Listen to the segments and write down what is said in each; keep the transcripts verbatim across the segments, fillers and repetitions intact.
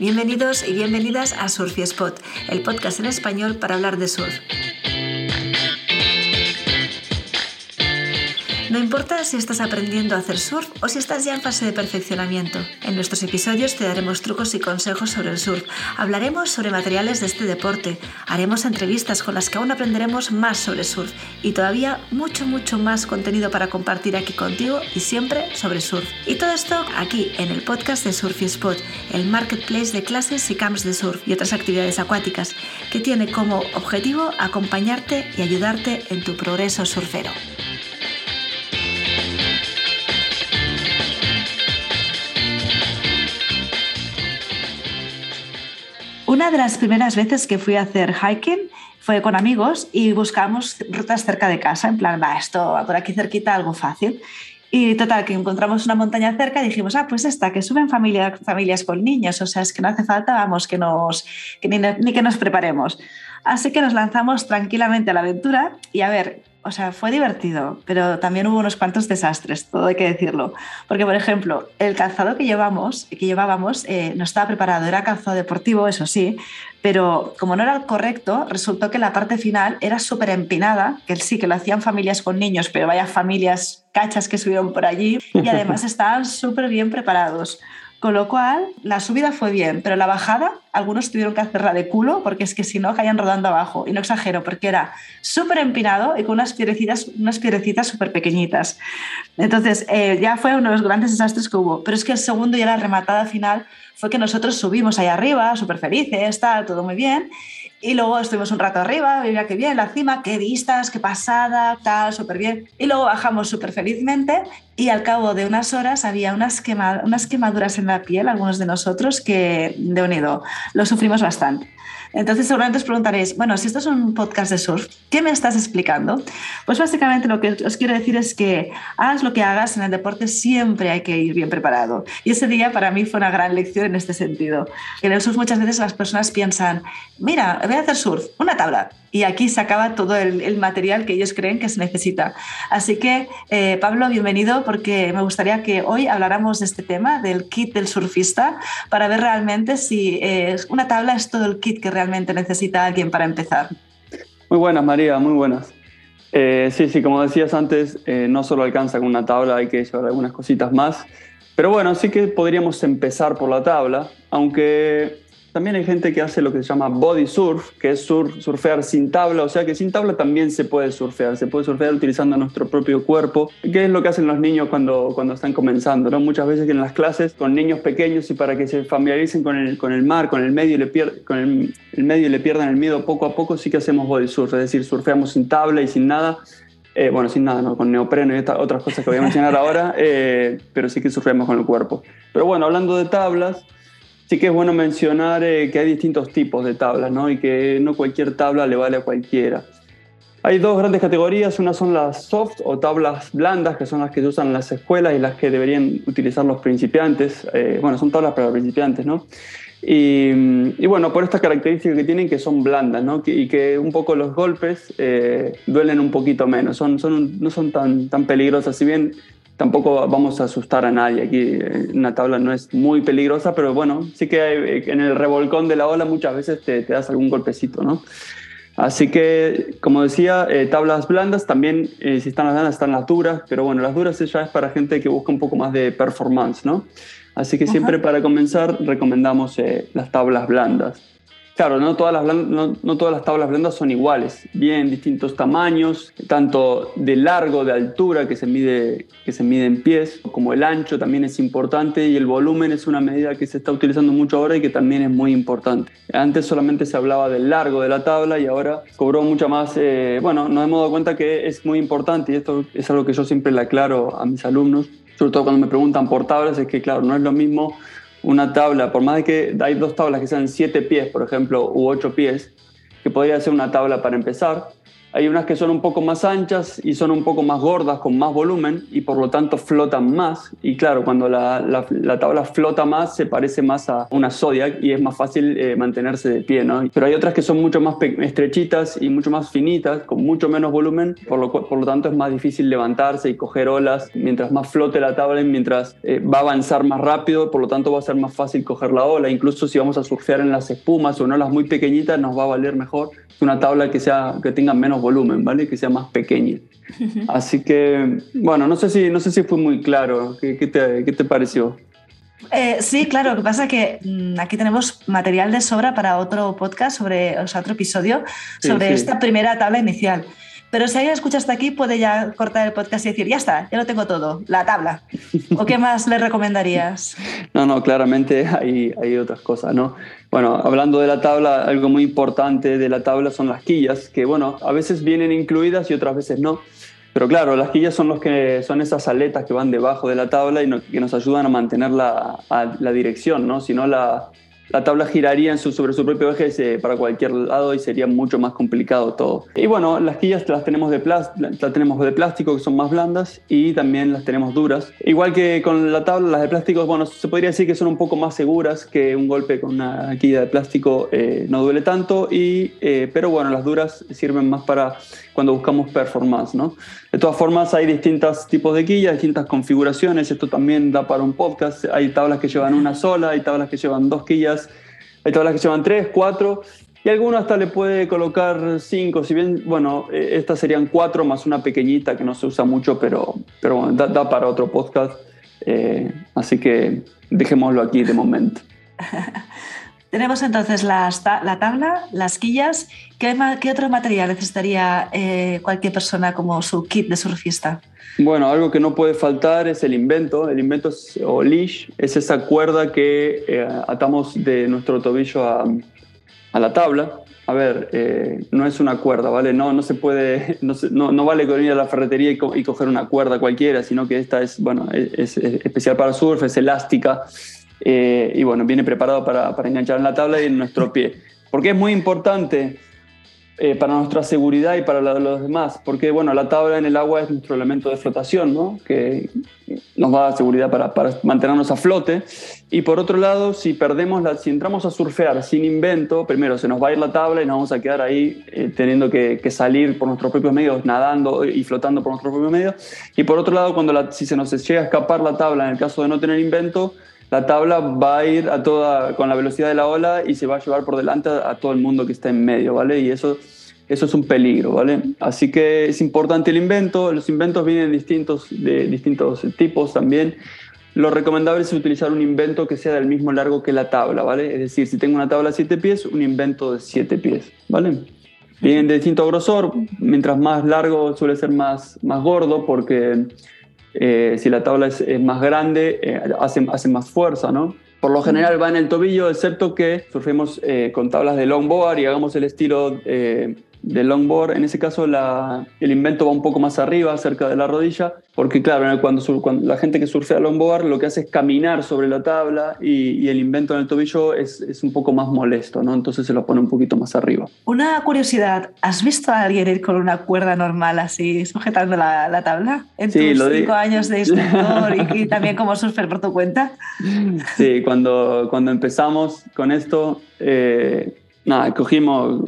Bienvenidos y bienvenidas a Surf y Spot, el podcast en español para hablar de surf. No importa si estás aprendiendo a hacer surf o si estás ya en fase de perfeccionamiento. En nuestros episodios te daremos trucos y consejos sobre el surf. Hablaremos sobre materiales de este deporte. Haremos entrevistas con las que aún aprenderemos más sobre surf. Y todavía mucho, mucho más contenido para compartir aquí contigo y siempre sobre surf. Y todo esto aquí en el podcast de Surf y Spot, el marketplace de clases y camps de surf y otras actividades acuáticas, que tiene como objetivo acompañarte y ayudarte en tu progreso surfero. Una de las primeras veces que fui a hacer hiking fue con amigos y buscamos rutas cerca de casa, en plan, va, esto por aquí cerquita, algo fácil. Y total, que encontramos una montaña cerca y dijimos, ah, pues esta, que suben familia, familias con niños, o sea, es que no hace falta, vamos, que, nos, que ni, ni que nos preparemos. Así que nos lanzamos tranquilamente a la aventura y a ver, o sea, fue divertido, pero también hubo unos cuantos desastres, todo hay que decirlo. Porque, por ejemplo, el calzado que llevamos, que llevábamos eh, no estaba preparado, era calzado deportivo, eso sí, pero como no era el correcto, resultó que la parte final era súper empinada, que sí, que lo hacían familias con niños, pero vaya familias cachas que subieron por allí, y además estaban súper bien preparados. Con lo cual, la subida fue bien, pero la bajada, algunos tuvieron que hacerla de culo, porque es que si no, caían rodando abajo. Y no exagero, porque era súper empinado y con unas piedrecitas, unas piedrecitas súper pequeñitas. Entonces, eh, ya fue uno de los grandes desastres que hubo. Pero es que el segundo, ya la rematada final, fue que nosotros subimos ahí arriba, súper felices, tal, todo muy bien. Y luego estuvimos un rato arriba, mira qué bien, la cima, qué vistas, qué pasada, tal, súper bien. Y luego bajamos súper felizmente y al cabo de unas horas había unas, quema, unas quemaduras en la piel, algunos de nosotros, que de unido, lo sufrimos bastante. Entonces seguramente os preguntaréis, bueno, si esto es un podcast de surf, ¿qué me estás explicando? Pues básicamente lo que os quiero decir es que hagas lo que hagas en el deporte, siempre hay que ir bien preparado. Y ese día para mí fue una gran lección en este sentido. En el surf muchas veces las personas piensan, mira, voy a hacer surf, una tabla. Y aquí se acaba todo el, el material que ellos creen que se necesita. Así que, eh, Pablo, bienvenido, porque me gustaría que hoy habláramos de este tema, del kit del surfista, para ver realmente si eh, una tabla es todo el kit que realmente necesita alguien para empezar. Muy buenas, María, muy buenas. Eh, sí, sí, como decías antes, eh, no solo alcanza con una tabla, hay que llevar algunas cositas más. Pero bueno, sí que podríamos empezar por la tabla, aunque también hay gente que hace lo que se llama body surf, que es sur, surfear sin tabla, o sea que sin tabla también se puede surfear, se puede surfear utilizando nuestro propio cuerpo, que es lo que hacen los niños cuando, cuando están comenzando, ¿no? Muchas veces que en las clases con niños pequeños y para que se familiaricen con el, con el mar, con el medio y le, pier, con el, el medio y le pierdan el miedo poco a poco, sí que hacemos body surf, es decir, surfeamos sin tabla y sin nada. Eh, bueno, sin nada, ¿no? Con neopreno y esta, otras cosas que voy a mencionar ahora, eh, pero sí que surfeamos con el cuerpo. Pero bueno, hablando de tablas, sí que es bueno mencionar eh, que hay distintos tipos de tablas, ¿no? Y que no cualquier tabla le vale a cualquiera. Hay dos grandes categorías, una son las soft o tablas blandas, que son las que se usan en las escuelas y las que deberían utilizar los principiantes. Eh, bueno, son tablas para principiantes, ¿no? Y, y bueno, por estas características que tienen, que son blandas, ¿no? Que, y que un poco los golpes eh, duelen un poquito menos, son, son, no son tan, tan peligrosas, si bien tampoco vamos a asustar a nadie. Aquí una tabla no es muy peligrosa, pero bueno, sí que hay, en el revolcón de la ola muchas veces te, te das algún golpecito, ¿no? Así que, como decía, eh, tablas blandas, también eh, si están las blandas están las duras, pero bueno, las duras ya es para gente que busca un poco más de performance, ¿no? Así que siempre Ajá. Para comenzar recomendamos eh, las tablas blandas. Claro, no todas, las blandas, no, no todas las tablas blandas son iguales, vienen distintos tamaños, tanto de largo, de altura, que se mide, que se mide en pies, como el ancho también es importante, y el volumen es una medida que se está utilizando mucho ahora y que también es muy importante. Antes solamente se hablaba del largo de la tabla y ahora cobró mucha más, eh, bueno, nos hemos dado cuenta que es muy importante, y esto es algo que yo siempre le aclaro a mis alumnos, sobre todo cuando me preguntan por tablas, es que claro, no es lo mismo una tabla, por más de que hay dos tablas que sean siete pies, por ejemplo, u ocho pies, que podría ser una tabla para empezar, Hay unas que son un poco más anchas y son un poco más gordas, con más volumen, y por lo tanto flotan más. Y claro, cuando la, la, la tabla flota más, se parece más a una Zodiac y es más fácil eh, mantenerse de pie, ¿no? Pero hay otras que son mucho más estrechitas y mucho más finitas, con mucho menos volumen, por lo, por lo tanto es más difícil levantarse y coger olas. Mientras más flote la tabla y mientras eh, va a avanzar más rápido, por lo tanto va a ser más fácil coger la ola. Incluso si vamos a surfear en las espumas o en olas muy pequeñitas, nos va a valer mejor una tabla que, sea, que tenga menos volumen, ¿vale? Que sea más pequeña. Uh-huh. Así que, bueno, no sé si, no sé si fue muy claro. ¿Qué, qué, te, qué te pareció? Eh, sí, claro. Lo que pasa es que mmm, aquí tenemos material de sobra para otro podcast, sobre, o sea, otro episodio sobre sí, sí. esta primera tabla inicial. Pero si alguien escucha hasta aquí, puede ya cortar el podcast y decir, ya está, ya lo tengo todo, la tabla. ¿O qué más le recomendarías? No, no, claramente hay, hay otras cosas, ¿no? Bueno, hablando de la tabla, algo muy importante de la tabla son las quillas, que bueno, a veces vienen incluidas y otras veces no. Pero claro, las quillas son, los que, son esas aletas que van debajo de la tabla y no, que nos ayudan a mantener la, a la dirección, ¿no? Si no, la, la tabla giraría en su, sobre su propio eje eh, para cualquier lado y sería mucho más complicado todo. Y bueno, las quillas las tenemos, de plas, las tenemos de plástico, que son más blandas, y también las tenemos duras. Igual que con la tabla, las de plástico, bueno, se podría decir que son un poco más seguras, que un golpe con una quilla de plástico eh, no duele tanto, y, eh, pero bueno, las duras sirven más para cuando buscamos performance, ¿no? De todas formas, hay distintos tipos de quillas, distintas configuraciones. Esto también da para un podcast. Hay tablas que llevan una sola, hay tablas que llevan dos quillas, hay tablas que llevan tres, cuatro, y alguno hasta le puede colocar cinco. Si bien, bueno, eh, estas serían cuatro más una pequeñita que no se usa mucho, pero, pero bueno, da, da para otro podcast. Eh, así que dejémoslo aquí de momento. Tenemos entonces las, la tabla, las quillas. ¿Qué, qué otro material necesitaría eh, cualquier persona como su kit de surfista? Bueno, algo que no puede faltar es el invento. El invento es, o leash es esa cuerda que eh, atamos de nuestro tobillo a, a la tabla. A ver, eh, no es una cuerda, ¿vale? No, no se puede, no, se, no, no vale con ir a la ferretería y, co- y coger una cuerda cualquiera, sino que esta es, bueno, es, es especial para surf, es elástica. Eh, y bueno, viene preparado para, para enganchar en la tabla y en nuestro pie. Porque es muy importante eh, para nuestra seguridad y para la de los demás, porque bueno, la tabla en el agua es nuestro elemento de flotación, ¿no? Que nos va a dar seguridad para, para mantenernos a flote. Y por otro lado, si perdemos la, si entramos a surfear sin invento, primero se nos va a ir la tabla y nos vamos a quedar ahí eh, teniendo que, que salir por nuestros propios medios, nadando y flotando por nuestros propios medios. Y por otro lado, cuando la, si se nos llega a escapar la tabla en el caso de no tener invento, la tabla va a ir a toda, con la velocidad de la ola y se va a llevar por delante a, a todo el mundo que está en medio, ¿vale? Y eso, eso es un peligro, ¿vale? Así que es importante el invento. Los inventos vienen distintos, de distintos tipos también. Lo recomendable es utilizar un invento que sea del mismo largo que la tabla, ¿vale? Es decir, si tengo una tabla de siete pies, un invento de siete pies, ¿vale? Vienen de distinto grosor. Mientras más largo suele ser más, más gordo porque... Eh, si la tabla es, es más grande, eh, hace, hace más fuerza, ¿no? Por lo general va en el tobillo, excepto que surfemos eh, con tablas de longboard y hagamos el estilo eh, de longboard. En ese caso la, el invento va un poco más arriba, cerca de la rodilla, porque claro, cuando, cuando la gente que surfea longboard lo que hace es caminar sobre la tabla y, y el invento en el tobillo es, es un poco más molesto, ¿no? Entonces se lo pone un poquito más arriba. Una curiosidad, ¿has visto a alguien ir con una cuerda normal así sujetando la, la tabla en sí, tus cinco digo. años de instructor y, y también como surfer por tu cuenta? Sí, cuando, cuando empezamos con esto, eh, nada, cogimos...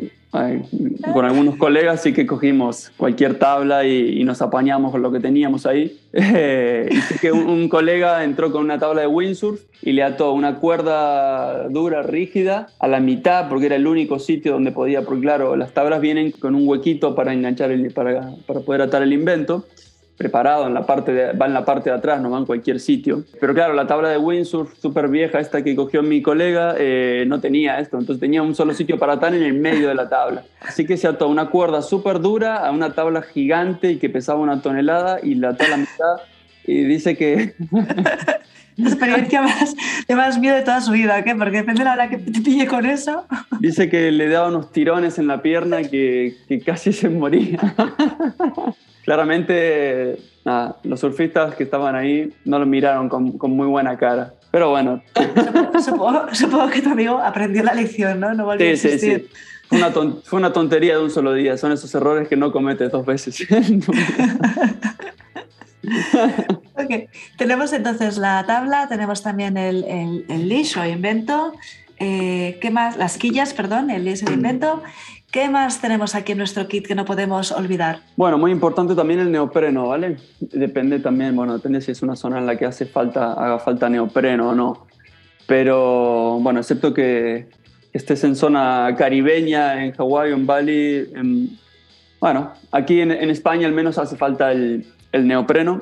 con algunos colegas sí que cogimos cualquier tabla y, y nos apañamos con lo que teníamos ahí. Eh, y sí que un, un colega entró con una tabla de windsurf y le ató una cuerda dura, rígida, a la mitad, porque era el único sitio donde podía, porque claro, las tablas vienen con un huequito para enganchar, el, para, para poder atar el invento. Preparado, en la parte de, va en la parte de atrás, no va en cualquier sitio. Pero claro, la tabla de windsurf súper vieja, esta que cogió mi colega, eh, no tenía esto. Entonces tenía un solo sitio para atar en el medio de la tabla. Así que se ató una cuerda súper dura a una tabla gigante y que pesaba una tonelada y la ató a la mitad y dice que... La experiencia más, de más miedo de toda su vida, ¿qué? Porque depende de la hora que te pille con eso. Dice que le daba unos tirones en la pierna que, que casi se moría. Claramente, nada, los surfistas que estaban ahí no lo miraron con, con muy buena cara. Pero bueno. Supongo, supongo, supongo que tu amigo aprendió la lección, ¿no? No volvió sí, a existir. Sí, sí. Fue una, ton- fue una tontería de un solo día, son esos errores que no cometes dos veces. Okay. Tenemos entonces la tabla, tenemos también el, el, el leash o invento, eh, ¿qué más? Las quillas, perdón, el leash y el invento. ¿Qué más tenemos aquí en nuestro kit que no podemos olvidar? Bueno, muy importante también el neopreno, ¿vale? Depende también, bueno, depende si es una zona en la que hace falta, haga falta neopreno o no. Pero, bueno, excepto que estés en zona caribeña, en Hawái o en Bali, en, bueno, aquí en, en España al menos hace falta el, el neopreno.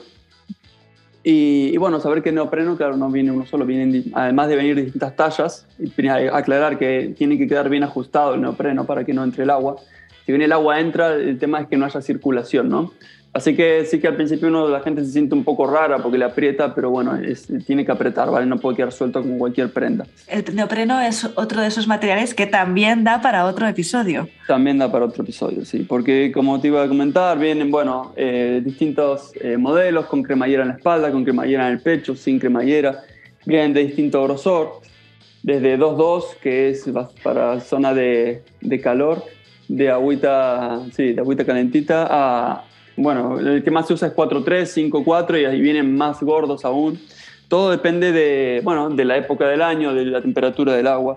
Y, y bueno, saber que el neopreno, claro, no viene uno solo, vienen, además de venir de distintas tallas, y aclarar que tiene que quedar bien ajustado el neopreno para que no entre el agua. Si bien el agua entra, el tema es que no haya circulación, ¿no? Así que sí que al principio uno, la gente se siente un poco rara porque le aprieta, pero bueno, es, tiene que apretar, ¿vale? No puede quedar suelto con cualquier prenda. El neopreno es otro de esos materiales que también da para otro episodio. También da para otro episodio, sí. Porque como te iba a comentar, vienen, bueno, eh, distintos eh, modelos con cremallera en la espalda, con cremallera en el pecho, sin cremallera. Vienen de distinto grosor, desde dos dos, que es para zona de, de calor, de agüita, sí, de agüita calentita, a... Bueno, el que más se usa es cuatro tres, cinco cuatro y ahí vienen más gordos aún. Todo depende de, bueno, de la época del año, de la temperatura del agua.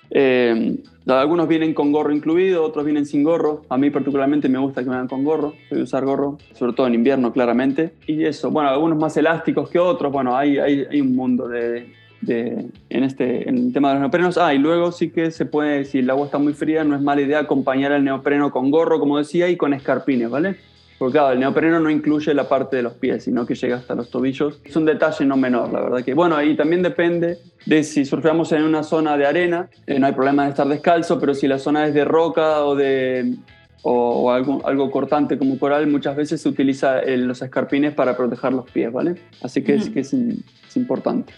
Eh, algunos vienen con gorro incluido, otros vienen sin gorro. A mí particularmente me gusta que me vengan con gorro. Voy a usar gorro, sobre todo en invierno, claramente. Y eso, bueno, algunos más elásticos que otros. Bueno, hay, hay, hay un mundo de, de, en, este, en el tema de los neoprenos. Ah, y luego sí que se puede, si el agua está muy fría, no es mala idea acompañar el neopreno con gorro, como decía, y con escarpines, ¿vale? Porque claro, el neopreno no incluye la parte de los pies, sino que llega hasta los tobillos. Es un detalle no menor, la verdad que... Bueno, y también depende de si surfeamos en una zona de arena, eh, no hay problema de estar descalzo, pero si la zona es de roca o de o, o algo, algo cortante como coral, muchas veces se utiliza el, los escarpines para proteger los pies, ¿vale? Así que, mm. es, que es, es importante.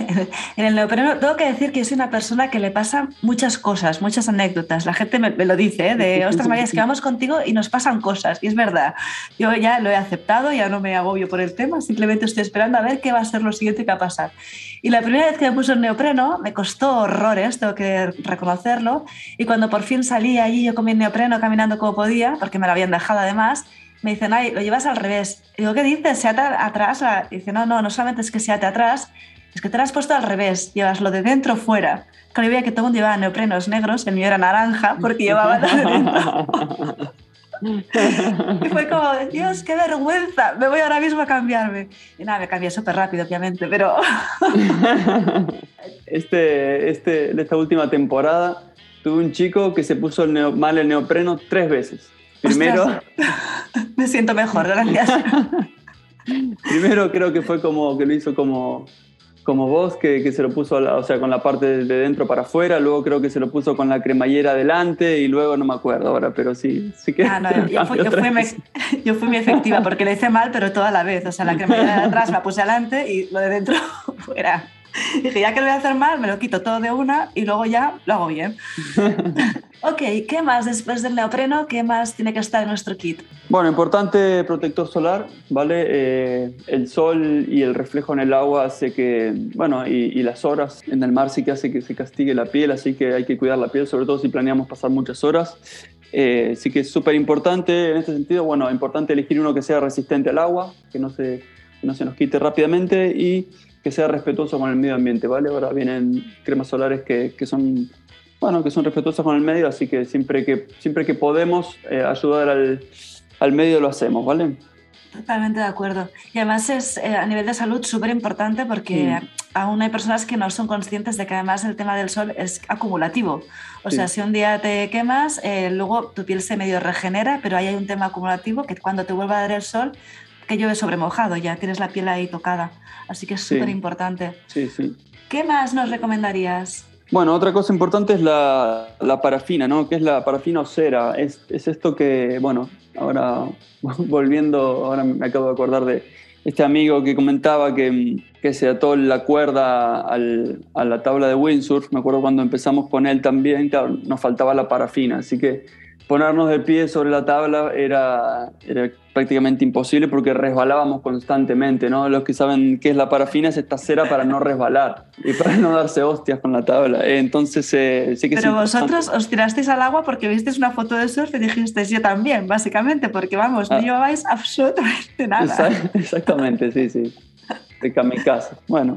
En el neopreno tengo que decir que yo soy una persona que le pasa muchas cosas, muchas anécdotas. La gente me, me lo dice, ¿eh? De, ostras María, es que vamos contigo y nos pasan cosas. Y es verdad, yo ya lo he aceptado, ya no me agobio por el tema, simplemente estoy esperando a ver qué va a ser lo siguiente que va a pasar. Y la primera vez que me puse el neopreno me costó horrores, tengo que reconocerlo. Y cuando por fin salí allí yo con mi neopreno caminando como podía, porque me lo habían dejado además, me dicen, ay, lo llevas al revés. Y digo, ¿qué dices? ¿Se ata atrás? Y dice, no, no, no solamente es que se ate atrás, es que te lo has puesto al revés, llevas lo de dentro fuera. Claro, yo veía que todo el mundo llevaba neoprenos negros, el mío era naranja porque llevaba lo de dentro. Y fue como, Dios, qué vergüenza, me voy ahora mismo a cambiarme. Y nada, me cambié súper rápido, obviamente, pero... este, este, esta última temporada tuve un chico que se puso el neo, mal el neopreno tres veces. Primero... Ostras, me siento mejor, gracias. Primero creo que fue como que lo hizo como... como vos, que, que se lo puso, la, o sea, con la parte de, de dentro para afuera, luego creo que se lo puso con la cremallera adelante y luego no me acuerdo ahora, pero sí, sí que... Ah, no, yo, fui, yo, fui me, yo fui muy efectiva porque lo hice mal, pero toda la vez, o sea, la cremallera de atrás la puse adelante y lo de dentro fuera. Dije, ya que lo voy a hacer mal, me lo quito todo de una y luego ya lo hago bien. Ok, ¿qué más después del neopreno? ¿Qué más tiene que estar en nuestro kit? Bueno, importante protector solar, ¿vale? Eh, el sol y el reflejo en el agua hace que, bueno, y, y las horas en el mar sí que hace que se castigue la piel, así que hay que cuidar la piel, sobre todo si planeamos pasar muchas horas. Eh, sí que es súper importante en este sentido, bueno, importante elegir uno que sea resistente al agua, que no se, que no se nos quite rápidamente y que sea respetuoso con el medio ambiente, ¿vale? Ahora vienen cremas solares que, que son... Bueno, que son respetuosas con el medio, así que siempre que, siempre que podemos eh, ayudar al, al medio lo hacemos, ¿vale? Totalmente de acuerdo. Y además es eh, a nivel de salud súper importante porque sí. Aún hay personas que no son conscientes de que además el tema del sol es acumulativo. O sí. sea, si un día te quemas, eh, luego tu piel se medio regenera, pero ahí hay un tema acumulativo que cuando te vuelva a dar el sol, que llueve sobre mojado, ya tienes la piel ahí tocada. Así que es súper sí. importante. Sí, sí. ¿Qué más nos recomendarías? Bueno, otra cosa importante es la, la parafina, ¿no? ¿Qué es la parafina o cera? Es, es esto que, bueno, ahora volviendo, ahora me acabo de acordar de este amigo que comentaba que, que se ató la cuerda al, a la tabla de windsurf. Me acuerdo cuando empezamos con él también, claro, nos faltaba la parafina, así que ponernos de pie sobre la tabla era, era prácticamente imposible porque resbalábamos constantemente, ¿no? Los que saben qué es la parafina es esta cera para no resbalar y para no darse hostias con la tabla. Entonces, eh, sí que Pero es vosotros os tirasteis al agua porque visteis una foto de surf y dijisteis yo también, básicamente, porque vamos, no ah, llevabais absolutamente nada. Exactamente, sí, sí. De kamikaze. Bueno.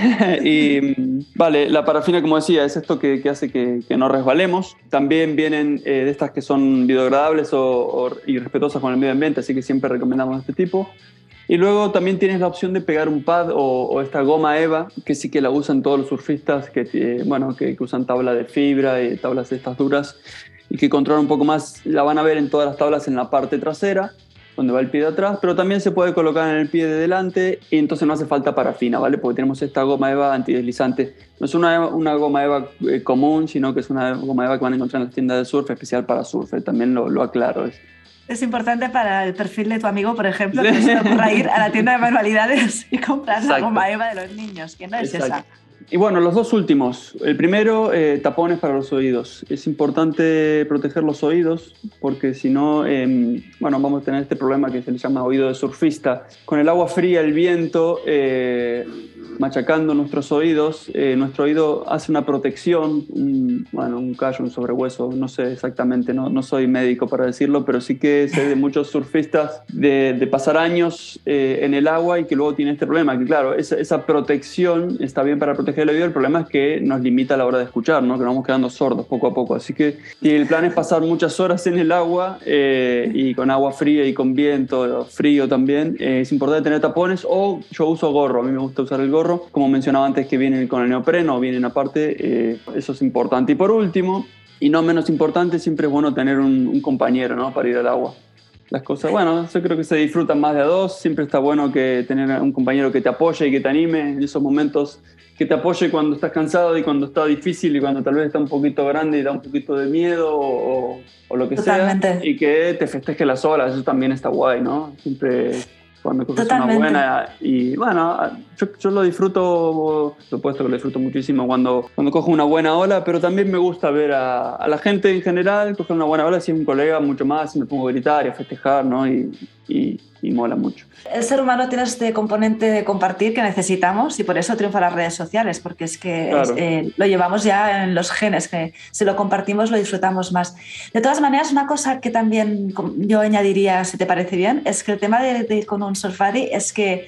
Y vale, la parafina, como decía, es esto que, que hace que, que no resbalemos. También vienen eh, de estas que son biodegradables o, o, y respetuosas con el medio ambiente, así que siempre recomendamos este tipo. Y luego también tienes la opción de pegar un pad o, o esta goma Eva, que sí que la usan todos los surfistas que, eh, bueno, que, que usan tabla de fibra y tablas de estas duras y que controlan un poco más. La van a ver en todas las tablas en la parte trasera, donde va el pie de atrás, pero también se puede colocar en el pie de delante y entonces no hace falta parafina, ¿vale? Porque tenemos esta goma Eva antideslizante. No es una, una goma Eva eh, común, sino que es una goma Eva que van a encontrar en las tiendas de surf, especial para surf. También lo, lo aclaro. Es, Es importante para el perfil de tu amigo, por ejemplo, que no se le ocurra ir a la tienda de manualidades y comprar Exacto. la goma Eva de los niños, que no es Exacto. esa. Y bueno, los dos últimos. El primero, eh, tapones para los oídos. Es importante proteger los oídos porque si no, eh, bueno, vamos a tener este problema que se le llama oído de surfista. Con el agua fría, el viento, eh, machacando nuestros oídos, eh, nuestro oído hace una protección, un, bueno, un callo, un sobrehueso, no sé exactamente, no, no soy médico para decirlo, pero sí que sé de muchos surfistas de, de pasar años eh, en el agua y que luego tienen este problema, que claro, esa, esa protección está bien para proteger el oído, el problema es que nos limita a la hora de escuchar, ¿no? Que nos vamos quedando sordos poco a poco, así que si el plan es pasar muchas horas en el agua eh, y con agua fría y con viento frío también, eh, es importante tener tapones o yo uso gorro, a mí me gusta usar el gorro, como mencionaba antes que vienen con el neopreno o vienen aparte, eh, eso es importante. Y por último, y no menos importante, siempre es bueno tener un, un compañero, ¿no? Para ir al agua. Las cosas, bueno, yo creo que se disfrutan más de a dos, siempre está bueno que tener un compañero que te apoye y que te anime en esos momentos, que te apoye cuando estás cansado y cuando está difícil y cuando tal vez está un poquito grande y da un poquito de miedo o, o lo que Totalmente. sea, y que te festeje las olas, eso también está guay, ¿no? Siempre... cuando coges Totalmente. una buena y bueno, yo, yo lo disfruto, por supuesto que lo disfruto muchísimo cuando, cuando cojo una buena ola, pero también me gusta ver a, a la gente en general coger una buena ola, si es un colega mucho más, me pongo a gritar y a festejar, ¿no? Y, y, y mola mucho. El ser humano tiene este componente de compartir que necesitamos y por eso triunfan las redes sociales, porque es que claro. es, eh, lo llevamos ya en los genes, que si lo compartimos lo disfrutamos más. De todas maneras, una cosa que también yo añadiría, si te parece bien, es que el tema de, de con un surf buddy es que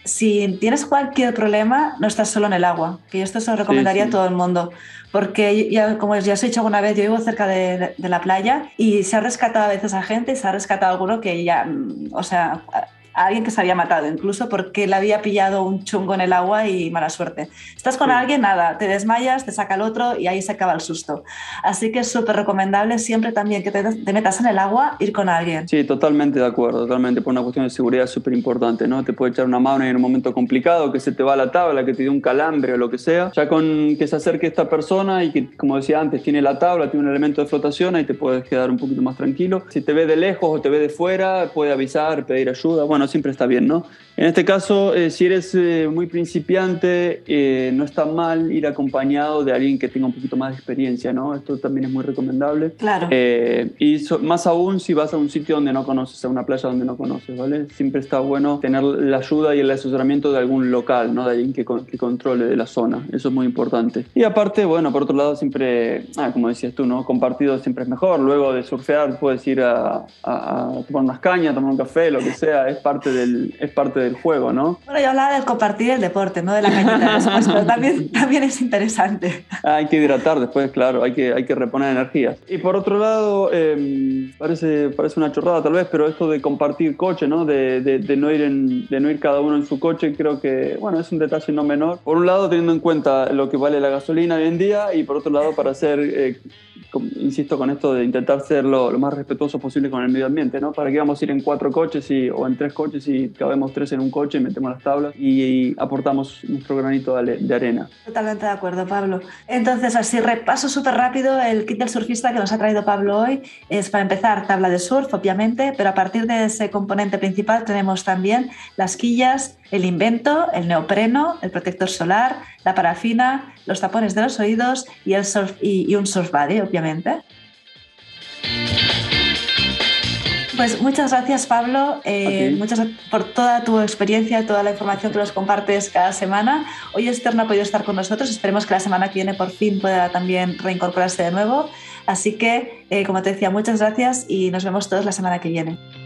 si tienes cualquier problema, no estás solo en el agua, que yo esto se lo recomendaría sí, sí. a todo el mundo, porque ya, como ya os he dicho alguna vez, yo vivo cerca de, de, de la playa y se ha rescatado a veces a gente y se ha rescatado a alguno que ya, o sea, a alguien que se había matado incluso porque le había pillado un chungo en el agua y mala suerte. Estás con sí. alguien, nada, te desmayas, te saca el otro y ahí se acaba el susto. Así que es súper recomendable siempre también que te, te metas en el agua, ir con alguien. Sí, totalmente de acuerdo, totalmente, por una cuestión de seguridad es súper importante, ¿no? Te puede echar una mano en un momento complicado, que se te va la tabla, que te dio un calambre o lo que sea. Ya con que se acerque esta persona y que, como decía antes, tiene la tabla, tiene un elemento de flotación, ahí te puedes quedar un poquito más tranquilo. Si te ve de lejos o te ve de fuera, puede avisar, pedir ayuda, bueno, siempre está bien, ¿no? En este caso, eh, si eres eh, muy principiante, eh, no está mal ir acompañado de alguien que tenga un poquito más de experiencia, ¿no? Esto también es muy recomendable. Claro. Eh, y so, más aún si vas a un sitio donde no conoces, a una playa donde no conoces, ¿vale? Siempre está bueno tener la ayuda y el asesoramiento de algún local, ¿no? De alguien que, que controle de la zona. Eso es muy importante. Y aparte, bueno, por otro lado, siempre, ah, como decías tú, ¿no? Compartido siempre es mejor. Luego de surfear puedes ir a, a, a tomar unas cañas, tomar un café, lo que sea. Es parte del, es parte del juego, ¿no? Bueno, yo hablaba del compartir el deporte, no de la cañita después, pero también, también es interesante. Ah, hay que hidratar después, claro, hay que, hay que reponer energías. Y por otro lado, eh, parece, parece una chorrada tal vez, pero esto de compartir coche, ¿no? De, de, de, no ir en, de no ir cada uno en su coche, creo que, bueno, es un detalle no menor. Por un lado, teniendo en cuenta lo que vale la gasolina hoy en día, y por otro lado, para ser, eh, con, insisto con esto de intentar ser lo, lo más respetuoso posible con el medio ambiente, ¿no? ¿Para qué vamos a ir en cuatro coches y, o en tres coches y cabemos tres en un coche y metemos las tablas y, y aportamos nuestro granito de, de arena? Totalmente de acuerdo, Pablo. Entonces, así repaso súper rápido el kit del surfista que nos ha traído Pablo hoy. Es, para empezar, tabla de surf, obviamente, pero a partir de ese componente principal tenemos también las quillas, el invento, el neopreno, el protector solar, la parafina, los tapones de los oídos y, el surf, y, y un surf buddy, obviamente. Pues muchas gracias, Pablo, eh, muchas por toda tu experiencia, toda la información que nos compartes cada semana. Hoy Esther no ha podido estar con nosotros, esperemos que la semana que viene por fin pueda también reincorporarse de nuevo. Así que, eh, como te decía, muchas gracias y nos vemos todos la semana que viene.